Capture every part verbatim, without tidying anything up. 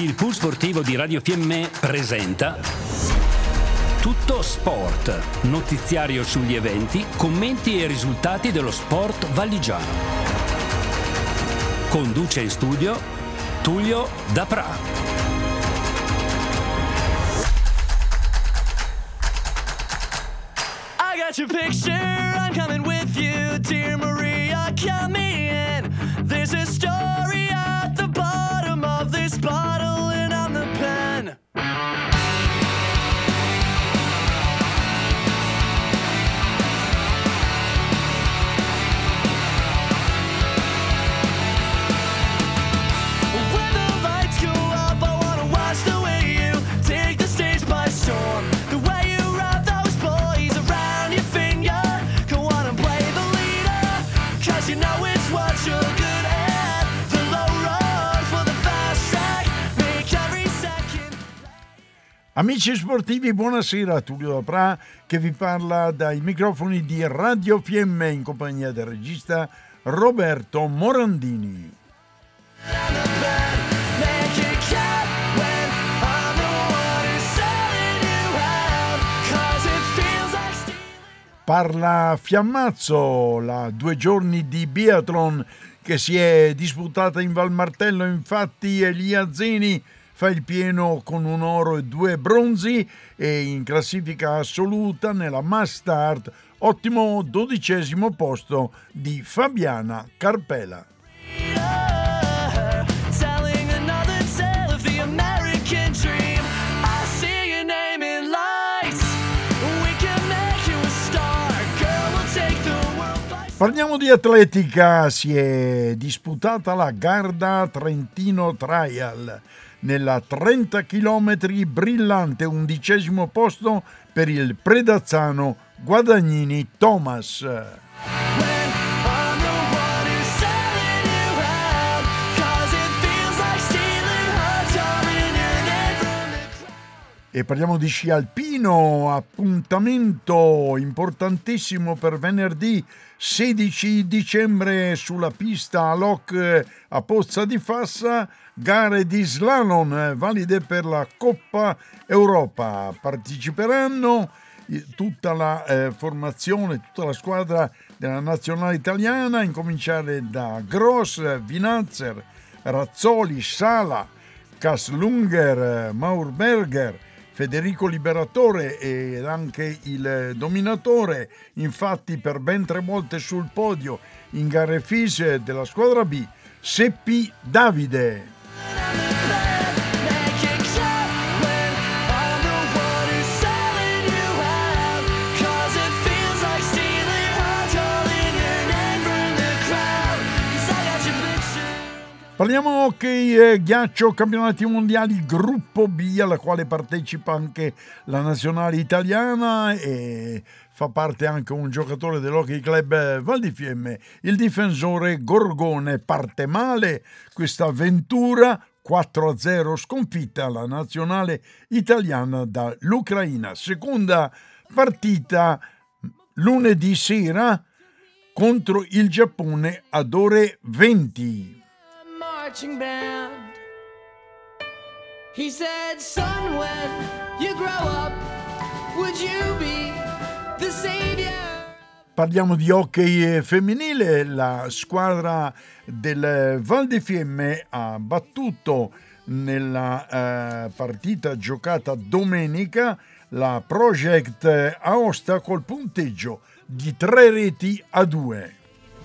Il Pool Sportivo di Radio Fiemme presenta Tutto Sport, notiziario sugli eventi, commenti e risultati dello sport valligiano. Conduce in studio Tullio Dapra. I got your picture, I'm coming with you, dear Maria, come in. There's a story at the bottom of this bottle and I'm the pen. When the lights go up, I wanna watch the way you take the stage by storm. The way you wrap those boys around your finger. Go on and play the leader, cause you know it's what you're good at. The low road for the fast track, make every second. Amici sportivi, buonasera. Tullio Dapra che vi parla dai microfoni di Radio Fiemme in compagnia del regista Roberto Morandini. I'm the pen, make it count when I'm the one who's selling you out. Cause it feels like stealing. Parla Fiammazzo, la due giorni di biathlon che si è disputata in Val Martello. Infatti Elia Zeni fa il pieno con un oro e due bronzi e in classifica assoluta nella Mass Start ottimo dodicesimo posto di Fabiana Carpela. Telling another tale of the American dream. I see your name in lights. We can make you a star. Girl, we'll take the world by storm. Parliamo di atletica. Si è disputata la Garda Trentino Trial. Nella trenta chilometri brillante undicesimo posto per il predazzano Guadagnini Thomas. When I'm the one who's selling you out. Cause it feels like stealing her, calling your name from the crowd. E parliamo di sci alpino, appuntamento importantissimo per venerdì sedici dicembre sulla pista a Loc a Pozza di Fassa, gare di slalom valide per la Coppa Europa. Parteciperanno tutta la eh, formazione, tutta la squadra della nazionale italiana, a incominciare da Gross, Vinazzer, Razzoli, Sala, Kaslunger, Maurberger, Federico Liberatore ed anche il dominatore. Infatti per ben tre volte sul podio in gare fisse della squadra B, Seppi Davide. Make it count when I'm the one who's selling you out. Cause it feels like stealing her, calling your name from the crowd. 'Cause I got your picture. Parliamo hockey eh, ghiaccio, campionati mondiali gruppo B, alla quale partecipa anche la nazionale italiana e fa parte anche un giocatore dell'Hockey Club Val di Fiemme, il difensore Gorgone. Parte male questa avventura, quattro a zero sconfitta la nazionale italiana dall'Ucraina. Seconda partita lunedì sera contro il Giappone ad ore venti. Marching band. He said, son, when you grow up, would you be the savior? Parliamo di hockey femminile. La squadra del Val di Fiemme ha battuto nella eh, partita giocata domenica la Project Aosta col punteggio di tre reti a due.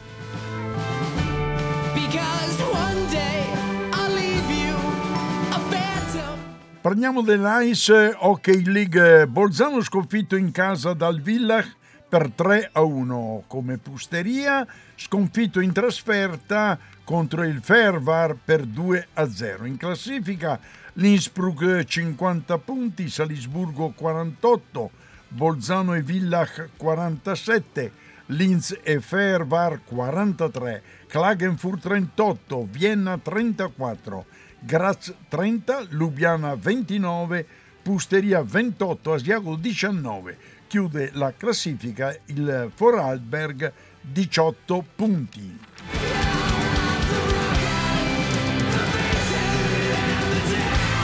Because one day I'll leave you a phantom. Parliamo dell'Ice Hockey League. Bolzano sconfitto in casa dal Villach per tre a uno. Come Pusteria sconfitto in trasferta contro il Fervar per due a zero. In classifica l'Innsbruck cinquanta punti, Salisburgo quarantotto, Bolzano e Villach quarantasette, Linz e Fervar quarantatré, Klagenfurt trentotto, Vienna trentaquattro, Graz trenta, Lubiana ventinove, Pusteria ventotto, Asiago diciannove. Chiude la classifica il Vorarlberg diciotto punti.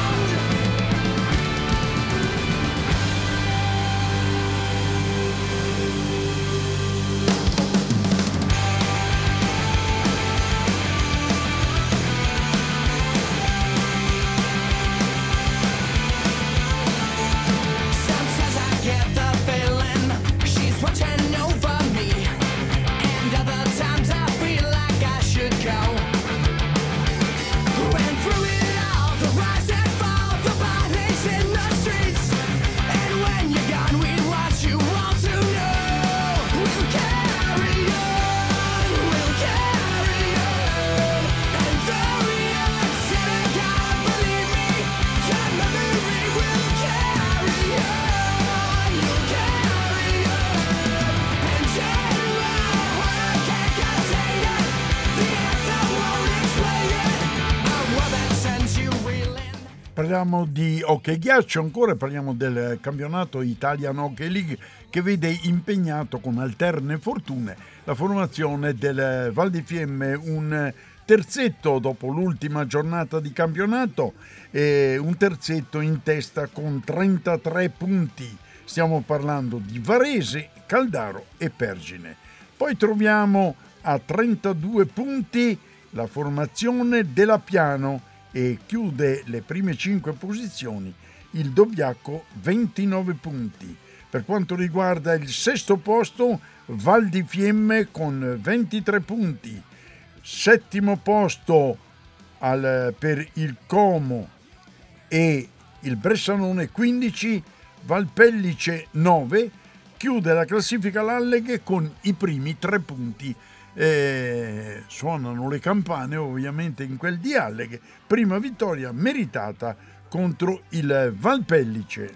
Parliamo di hockey ghiaccio ancora, parliamo del campionato Italian Hockey League che vede impegnato con alterne fortune la formazione del Val di Fiemme, un terzetto dopo l'ultima giornata di campionato, e un terzetto in testa con trentatré punti. Stiamo parlando di Varese, Caldaro e Pergine. Poi troviamo a trentadue punti la formazione della Piano e chiude le prime cinque posizioni il Dobbiaco, ventinove punti. Per quanto riguarda il sesto posto, Val di Fiemme con ventitré punti. Settimo posto al, per il Como e il Bressanone quindici, Valpellice nove, chiude la classifica l'Alleghe con i primi tre punti. Eh, suonano le campane ovviamente in quel di Alleghe, prima vittoria meritata contro il Valpellice.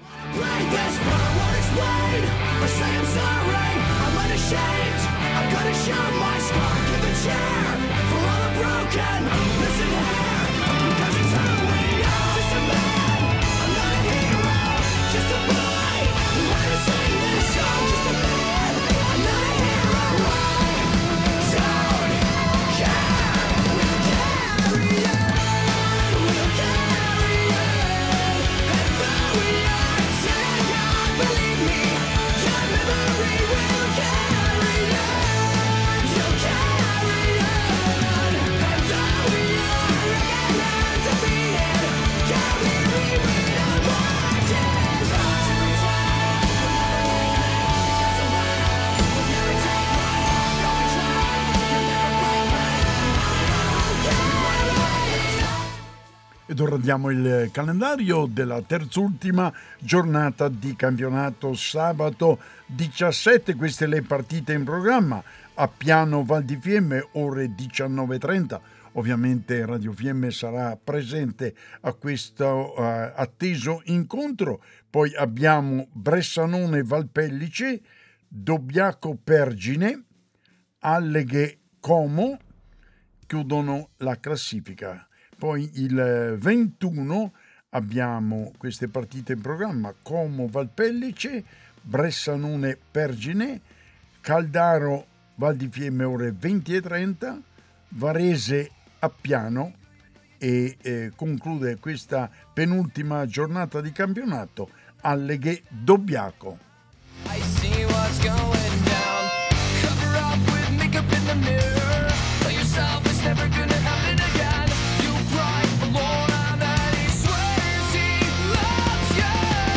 Ed ora diamo il calendario della terzultima giornata di campionato. Sabato diciassette, queste le partite in programma. A Piano Val di Fiemme, ore diciannove e trenta. Ovviamente Radio Fiemme sarà presente a questo uh, atteso incontro. Poi abbiamo Bressanone Valpellice, Dobbiaco Pergine, Alleghe Como, chiudono la classifica. Poi il ventuno abbiamo queste partite in programma: Como Valpellice, Bressanone Pergine, Caldaro Val di Fiemme ore venti e trenta, Varese Appiano e eh, conclude questa penultima giornata di campionato Alleghe Dobbiaco. I see what's going down. Cover up with makeup in the mirror. Tell yourself it's never gonna happen again. You cry alone and then he swears he loves you.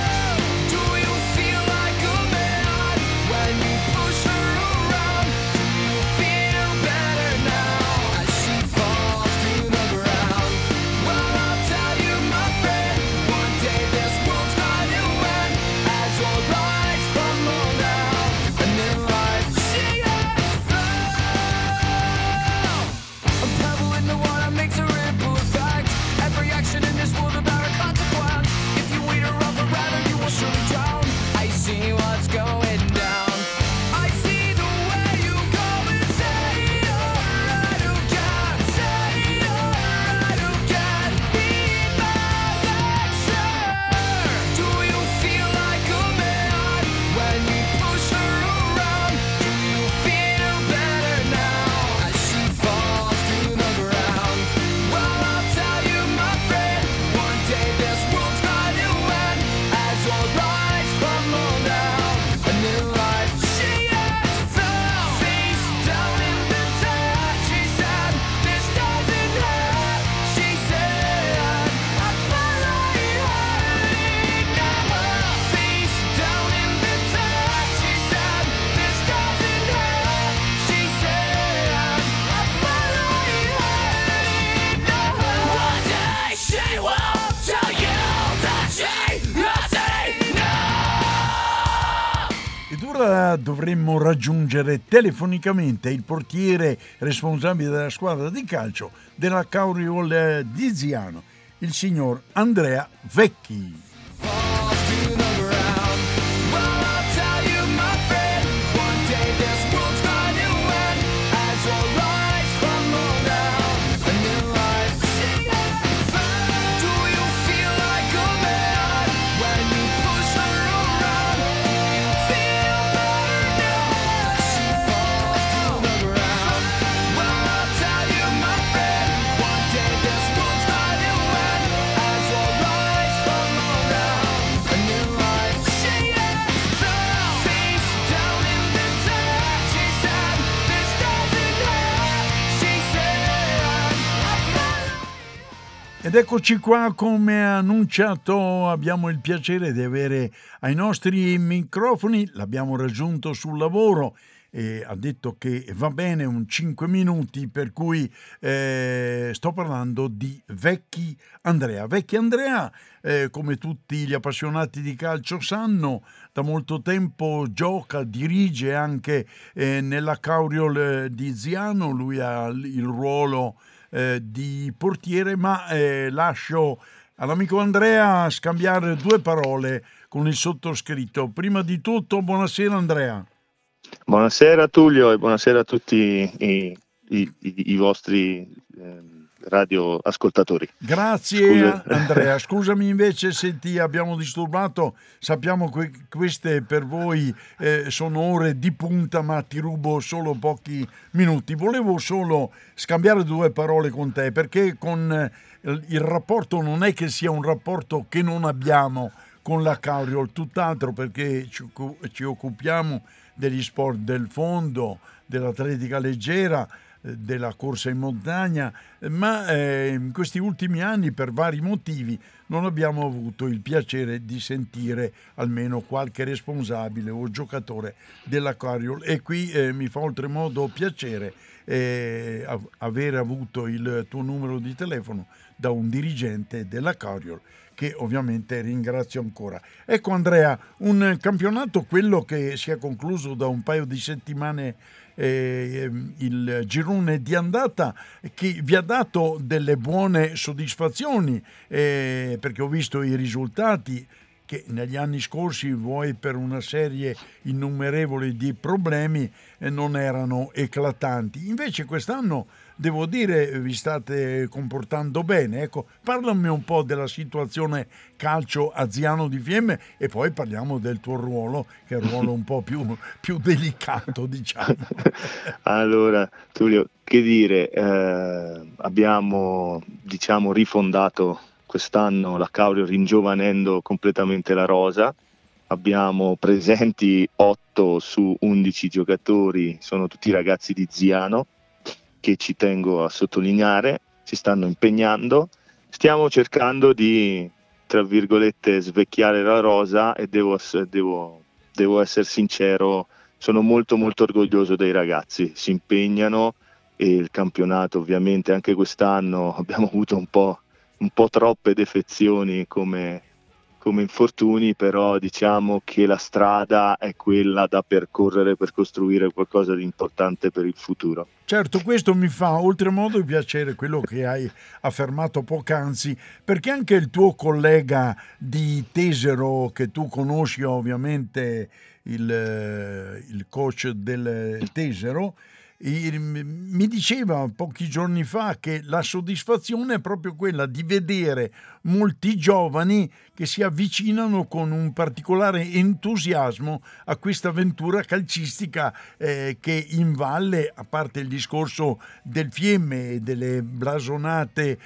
Do you feel like a man when you push her around? Do you feel better now as she falls to the ground? Well, I'll tell you, my friend, one day this world's gonna end as your lies crumble down and in life she has found a pebble in the water makes a ripple effect. Every action in this world about a consequence. If you wait her up or rather you will surely drown. I see what's going down. I see the way you go and say you're right who can say you're right who can be my lecture. Do you feel like a man when you push her around? Do you feel better now as she falls to the ground? Well, I'll tell you, my friend, one day this world's gonna end as your lies crumble down and in life she has found. Face down in the dirt, she said, this doesn't hurt. She said, I feel like hurting now. Face down in the dirt, she said, this doesn't hurt. She said, I feel like hurting now. One day she will tell you that she has enough. Ed ora dovremmo raggiungere telefonicamente il portiere responsabile della squadra di calcio della Cauriol di Ziano, il signor Andrea Vecchi. Falls to the ground. Well, I'll tell you, my friend, one day this world's gonna end as your lies crumble down and in life she has found. Do you feel Ed eccoci qua, come annunciato abbiamo il piacere di avere ai nostri microfoni, l'abbiamo raggiunto sul lavoro e ha detto che va bene un cinque minuti, per cui eh, sto parlando di Vecchi Andrea. Vecchi Andrea, eh, come tutti gli appassionati di calcio sanno, da molto tempo gioca, dirige anche eh, nella Cauriol eh, di Ziano, lui ha il ruolo eh, di portiere, ma eh, lascio all'amico Andrea scambiare due parole con il sottoscritto. Prima di tutto, buonasera Andrea. Buonasera Tullio e buonasera a tutti i, i, i, i vostri eh, radioascoltatori. Grazie. Scusa. Andrea, scusami invece se ti abbiamo disturbato, sappiamo che queste per voi eh, sono ore di punta, ma ti rubo solo pochi minuti. Volevo solo scambiare due parole con te, perché con eh, il rapporto non è che sia un rapporto che non abbiamo con la Cauriol, tutt'altro, perché ci, ci occupiamo degli sport del fondo, dell'atletica leggera, della corsa in montagna, ma eh, in questi ultimi anni per vari motivi non abbiamo avuto il piacere di sentire almeno qualche responsabile o giocatore della Cauriol, e qui eh, mi fa oltremodo piacere eh, aver avuto il tuo numero di telefono da un dirigente della Cauriol, che ovviamente ringrazio ancora. Ecco Andrea, un campionato, quello che si è concluso da un paio di settimane, eh, il girone di andata, che vi ha dato delle buone soddisfazioni, eh, perché ho visto i risultati che negli anni scorsi, vuoi per una serie innumerevole di problemi, eh, non erano eclatanti. Invece quest'anno, devo dire, vi state comportando bene. Ecco, parlami un po' della situazione calcio a Ziano di Fiemme e poi parliamo del tuo ruolo, che è un ruolo un po' più, più delicato, diciamo. Allora, Tullio, che dire, eh, abbiamo, diciamo, rifondato quest'anno la Cauriol, ringiovanendo completamente la rosa. Abbiamo presenti otto su undici giocatori, sono tutti ragazzi di Ziano, che ci tengo a sottolineare, si stanno impegnando. Stiamo cercando di, tra virgolette, svecchiare la rosa e devo, devo, devo essere sincero, sono molto molto orgoglioso dei ragazzi, si impegnano e il campionato, ovviamente anche quest'anno abbiamo avuto un po', un po' troppe defezioni come, come infortuni, però diciamo che la strada è quella da percorrere per costruire qualcosa di importante per il futuro. Certo, questo mi fa oltremodo piacere quello che hai affermato poc'anzi, perché anche il tuo collega di Tesero, che tu conosci ovviamente, il, il coach del Tesero, mi diceva pochi giorni fa che la soddisfazione è proprio quella di vedere molti giovani che si avvicinano con un particolare entusiasmo a questa avventura calcistica, eh, che in valle, a parte il discorso del Fiemme e delle blasonate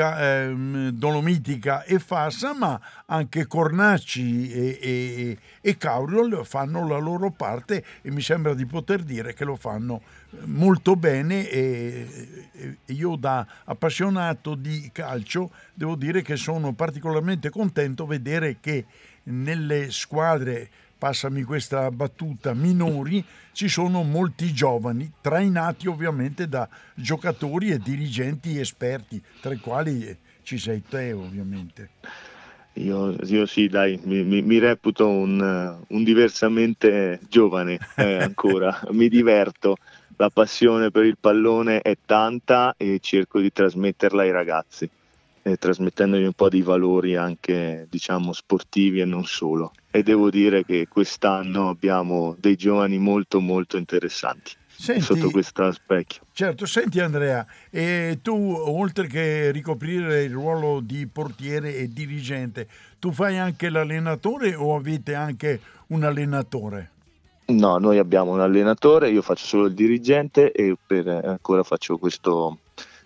Dolomitica e Fassa, ma anche Cornacci e, e, e Cauriol fanno la loro parte, e mi sembra di poter dire che lo fanno molto bene, e, e io da appassionato di calcio devo dire che sono particolarmente contento vedere che nelle squadre, passami questa battuta, minori, ci sono molti giovani, trainati ovviamente da giocatori e dirigenti esperti, tra i quali ci sei te ovviamente. Io, io sì, dai, mi, mi, mi reputo un, un diversamente giovane eh, ancora, mi diverto, la passione per il pallone è tanta e cerco di trasmetterla ai ragazzi, eh, trasmettendogli un po' di valori anche, diciamo, sportivi e non solo. E devo dire che quest'anno abbiamo dei giovani molto molto interessanti. Senti, sotto questo specchio. Certo, senti Andrea, e tu, oltre che ricoprire il ruolo di portiere e dirigente, tu fai anche l'allenatore o avete anche un allenatore? No, noi abbiamo un allenatore, io faccio solo il dirigente e per ancora faccio questo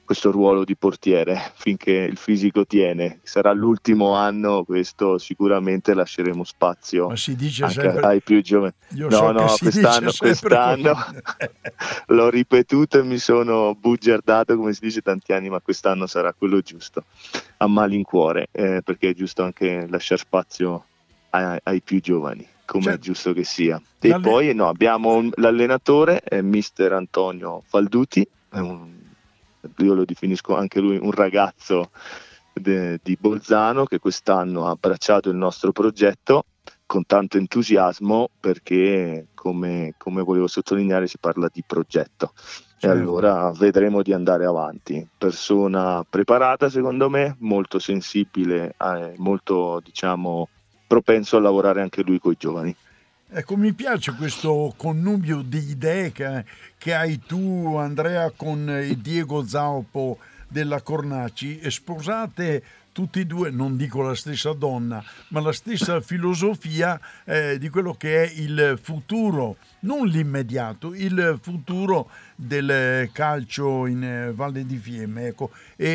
questo ruolo di portiere finché il fisico tiene. Sarà l'ultimo anno, questo sicuramente lasceremo spazio Ma si dice anche sempre, ai più giovani. io No, so no, che si quest'anno, dice sempre quest'anno così. l'ho ripetuto e mi sono bugiardato, come si dice, tanti anni, ma quest'anno sarà quello giusto, a malincuore, eh, perché è giusto anche lasciare spazio ai, ai più giovani, come Cioè, è giusto che sia. E l'alle- poi no, abbiamo un- l'allenatore, è mister Antonio Falduti, è un- io lo definisco anche lui un ragazzo de- di Bolzano che quest'anno ha abbracciato il nostro progetto con tanto entusiasmo, perché come, come volevo sottolineare si parla di progetto. E Certo. allora vedremo di andare avanti. Persona preparata secondo me, molto sensibile, eh, molto diciamo propenso a lavorare anche lui con i giovani. Ecco, mi piace questo connubio di idee che, che hai tu, Andrea, con eh, Diego Zaupo della Cornaci, e sposate tutti e due, non dico la stessa donna, ma la stessa filosofia eh, di quello che è il futuro, non l'immediato, il futuro del calcio in eh, Valle di Fiemme. Ecco.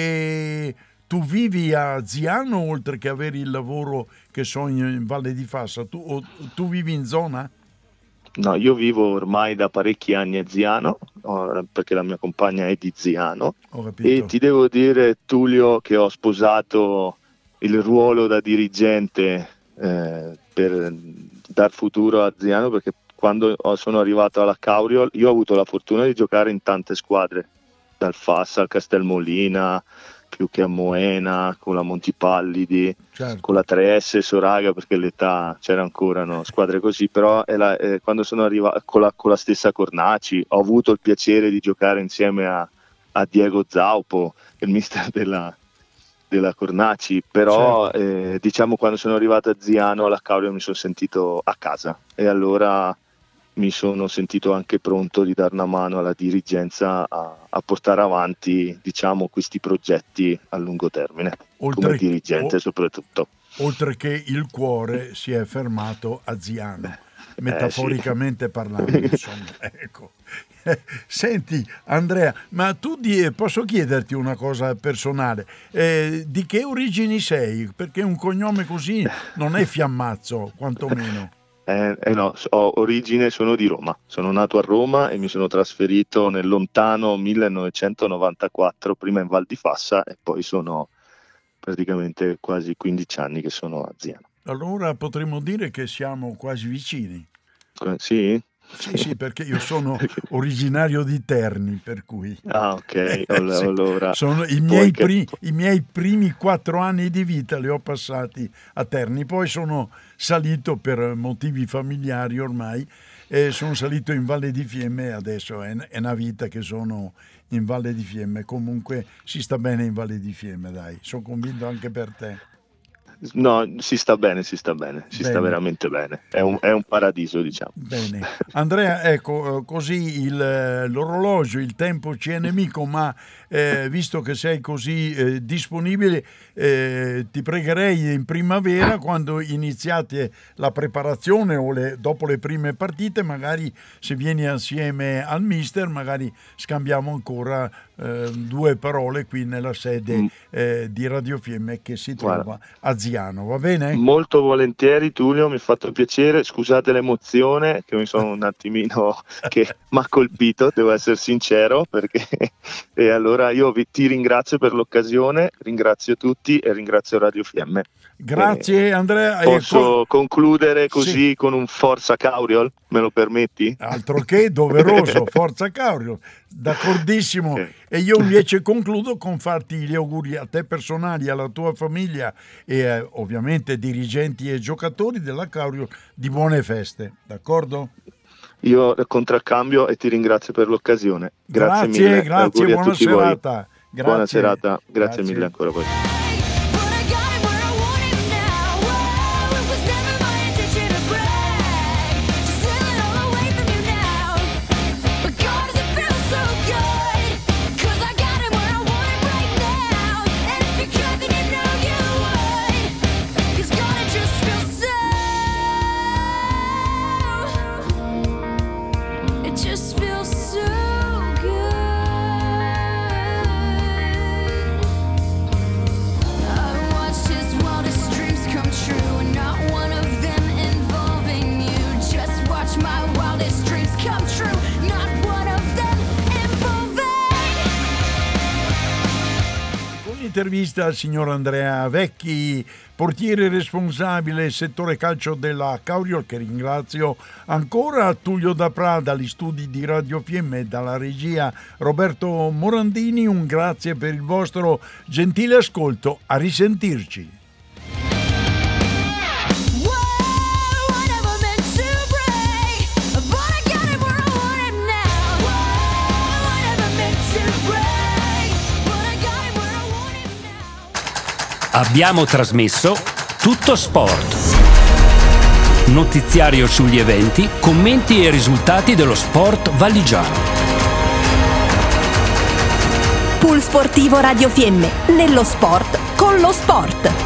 E tu vivi a Ziano oltre che avere il lavoro che so in, in Valle di Fassa, tu, o, tu vivi in zona? No, io vivo ormai da parecchi anni a Ziano, oh, perché la mia compagna è di Ziano, Ho e capito. ti devo dire, Tullio, che ho sposato il ruolo da dirigente eh, per dar futuro a Ziano, perché quando ho- sono arrivato alla Cauriol io ho avuto la fortuna di giocare in tante squadre, dal Fassa al Castelmolina, più che a Moena, con la Montipallidi, Certo. con la tre S Soraga, perché l'età c'era ancora, no? Squadre così, però è la- eh, quando sono arrivato con la, con la stessa Cornaci ho avuto il piacere di giocare insieme a, a Diego Zaupo, il mister della, della Cornaci, però Certo. eh, diciamo quando sono arrivato a Ziano alla Caurio mi sono sentito a casa, e allora mi sono sentito anche pronto di dare una mano alla dirigenza a, a portare avanti, diciamo, questi progetti a lungo termine, come Oltre, dirigente o- soprattutto. oltre che il cuore si è fermato a Ziano, Eh, metaforicamente parlando, insomma. Ecco. Senti, Andrea, ma tu di- posso chiederti una cosa personale? Eh, di che origini sei? Perché un cognome così non è Fiammazzo, quantomeno. Eh, eh no, ho origine, sono di Roma, sono nato a Roma e mi sono trasferito nel lontano millenovecentonovantaquattro, prima in Val di Fassa, e poi sono praticamente quasi quindici anni che sono a Ziano. Allora potremmo dire che siamo quasi vicini. Eh, Sì? Sì, sì, perché io sono originario di Terni, per cui Ah, ok, eh, all- sì, allora sono i poi miei, che- pri- i miei primi quattro anni di vita li ho passati a Terni, poi sono salito per motivi familiari ormai, e sono salito in Valle di Fiemme e adesso è, è una vita che sono in Valle di Fiemme. Comunque si sta bene in Valle di Fiemme, dai, sono convinto anche per te. No, si sta bene, si sta bene, si sta Bene. veramente bene. È un, è un paradiso, diciamo. Bene, Andrea, ecco, eh, così il, eh, l'orologio, il tempo ci è nemico, ma eh, visto che sei così eh, disponibile, eh, ti pregherei in primavera, quando iniziate la preparazione o le- dopo le prime partite, magari se vieni assieme al mister, magari scambiamo ancora eh, due parole qui nella sede Mm. eh, di Radio Fiemme che si Guarda. trova a Ziano, va bene? Molto volentieri, Tullio, mi ha fatto piacere. Scusate l'emozione, che mi sono un attimino che mi ha colpito, devo essere sincero, perché e allora io vi, ti ringrazio per l'occasione, ringrazio tutti e ringrazio Radio Fiemme. Grazie Andrea. E Posso co- concludere così Sì. con un Forza Cauriol? Me lo permetti? Altro che doveroso, forza Caurio, d'accordissimo. Ok. E io invece concludo con farti gli auguri a te personali, alla tua famiglia e eh, ovviamente dirigenti e giocatori della Caurio di buone feste, d'accordo? Io contraccambio e ti ringrazio per l'occasione. Grazie, Grazie, mille. grazie, Auguri a buona tutti voi. serata. Grazie. Buona serata, grazie, Grazie. mille ancora a voi. But I got it where I want it now. Whoa, it was never my intention to brag. Just steal it all away from you now. But God, does it feel so good? 'Cause I got it where I want it right now. And if you could, then you know you would. 'Cause God, it just feels so. It just feels so good. l'intervista al signor Andrea Vecchi, portiere responsabile settore calcio della Cauriol, che ringrazio ancora, Tullio Dapra dagli studi di Radio F M e dalla regia Roberto Morandini. Un grazie per il vostro gentile ascolto, a risentirci. Abbiamo trasmesso Tutto Sport. Notiziario sugli eventi, commenti e risultati dello sport valigiano. Pool Sportivo Radio Fiemme, nello sport con lo sport.